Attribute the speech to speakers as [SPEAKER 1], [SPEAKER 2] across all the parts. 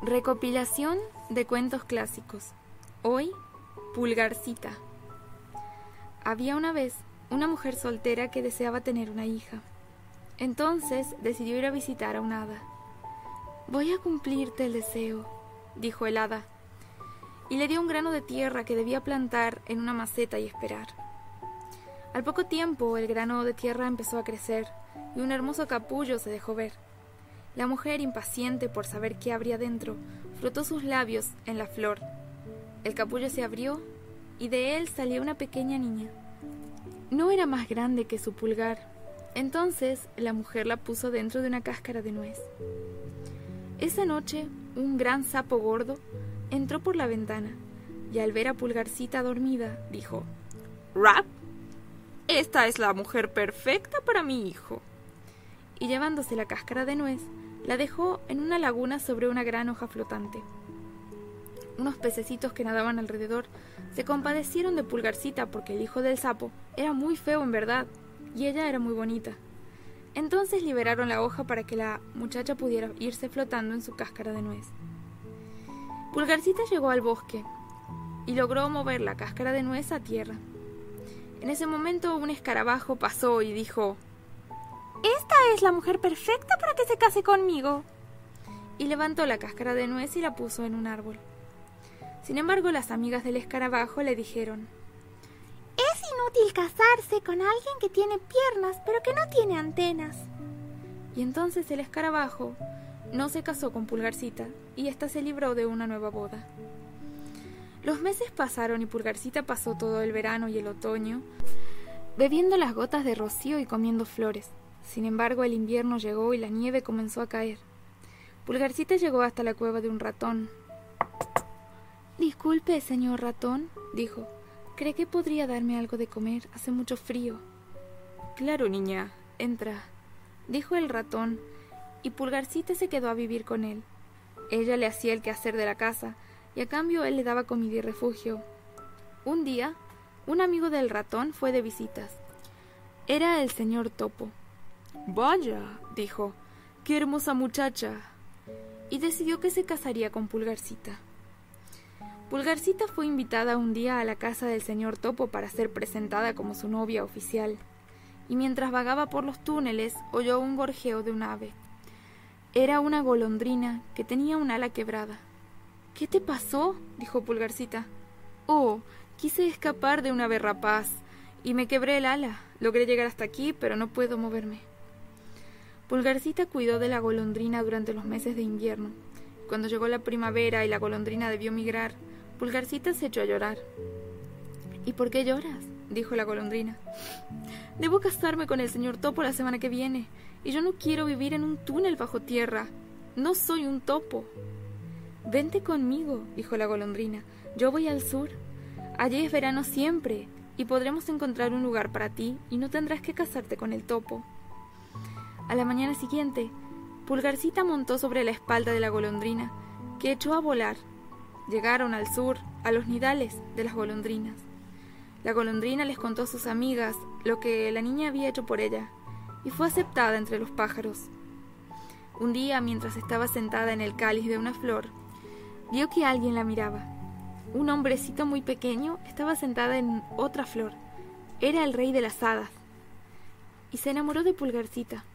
[SPEAKER 1] Recopilación de cuentos clásicos. Hoy, Pulgarcita. Había una vez una mujer soltera que deseaba tener una hija. Entonces decidió ir a visitar a un hada. «Voy a cumplirte el deseo», dijo el hada, y le dio un grano de tierra que debía plantar en una maceta y esperar. Al poco tiempo el grano de tierra empezó a crecer y un hermoso capullo se dejó ver. La mujer, impaciente por saber qué habría dentro, frotó sus labios en la flor. El capullo se abrió y de él salió una pequeña niña. No era más grande que su pulgar. Entonces la mujer la puso dentro de una cáscara de nuez. Esa noche un gran sapo gordo entró por la ventana y al ver a Pulgarcita dormida dijo: «¡Rap! Esta es la mujer perfecta para mi hijo». Y llevándose la cáscara de nuez, la dejó en una laguna sobre una gran hoja flotante. Unos pececitos que nadaban alrededor se compadecieron de Pulgarcita porque el hijo del sapo era muy feo en verdad y ella era muy bonita. Entonces liberaron la hoja para que la muchacha pudiera irse flotando en su cáscara de nuez. Pulgarcita llegó al bosque y logró mover la cáscara de nuez a tierra. En ese momento un escarabajo pasó y dijo: «Esta es la mujer perfecta para que se case conmigo». Y levantó la cáscara de nuez y la puso en un árbol. Sin embargo, las amigas del escarabajo le dijeron: «Es inútil casarse con alguien que tiene piernas pero que no tiene antenas». Y entonces el escarabajo no se casó con Pulgarcita y ésta se libró de una nueva boda. Los meses pasaron y Pulgarcita pasó todo el verano y el otoño bebiendo las gotas de rocío y comiendo flores. Sin embargo, el invierno llegó y la nieve comenzó a caer. Pulgarcita llegó hasta la cueva de un ratón. «Disculpe, señor ratón», dijo, «¿cree que podría darme algo de comer? Hace mucho frío». «Claro, niña, entra», dijo el ratón, y Pulgarcita se quedó a vivir con él. Ella le hacía el quehacer de la casa, y a cambio él le daba comida y refugio. Un día, un amigo del ratón fue de visitas. Era el señor Topo. «Vaya», dijo, «qué hermosa muchacha», y decidió que se casaría con Pulgarcita. Pulgarcita fue invitada un día a la casa del señor Topo para ser presentada como su novia oficial, y mientras vagaba por los túneles oyó un gorjeo de un ave. Era una golondrina que tenía un ala quebrada. «¿Qué te pasó?», dijo Pulgarcita. «Oh, quise escapar de un ave rapaz y me quebré el ala. Logré llegar hasta aquí, pero no puedo moverme». Pulgarcita cuidó de la golondrina durante los meses de invierno. Cuando llegó la primavera y la golondrina debió migrar, Pulgarcita se echó a llorar. «¿Y por qué lloras?», dijo la golondrina. «Debo casarme con el señor Topo la semana que viene, y yo no quiero vivir en un túnel bajo tierra. No soy un topo». «Vente conmigo», dijo la golondrina. «Yo voy al sur. Allí es verano siempre, y podremos encontrar un lugar para ti, y no tendrás que casarte con el topo». A la mañana siguiente, Pulgarcita montó sobre la espalda de la golondrina, que echó a volar. Llegaron al sur, a los nidales de las golondrinas. La golondrina les contó a sus amigas lo que la niña había hecho por ella, y fue aceptada entre los pájaros. Un día, mientras estaba sentada en el cáliz de una flor, vio que alguien la miraba. Un hombrecito muy pequeño estaba sentado en otra flor. Era el rey de las hadas, y se enamoró de Pulgarcita.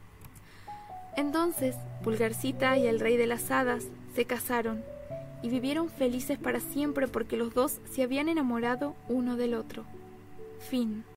[SPEAKER 1] Entonces, Pulgarcita y el rey de las hadas se casaron y vivieron felices para siempre porque los dos se habían enamorado uno del otro. Fin.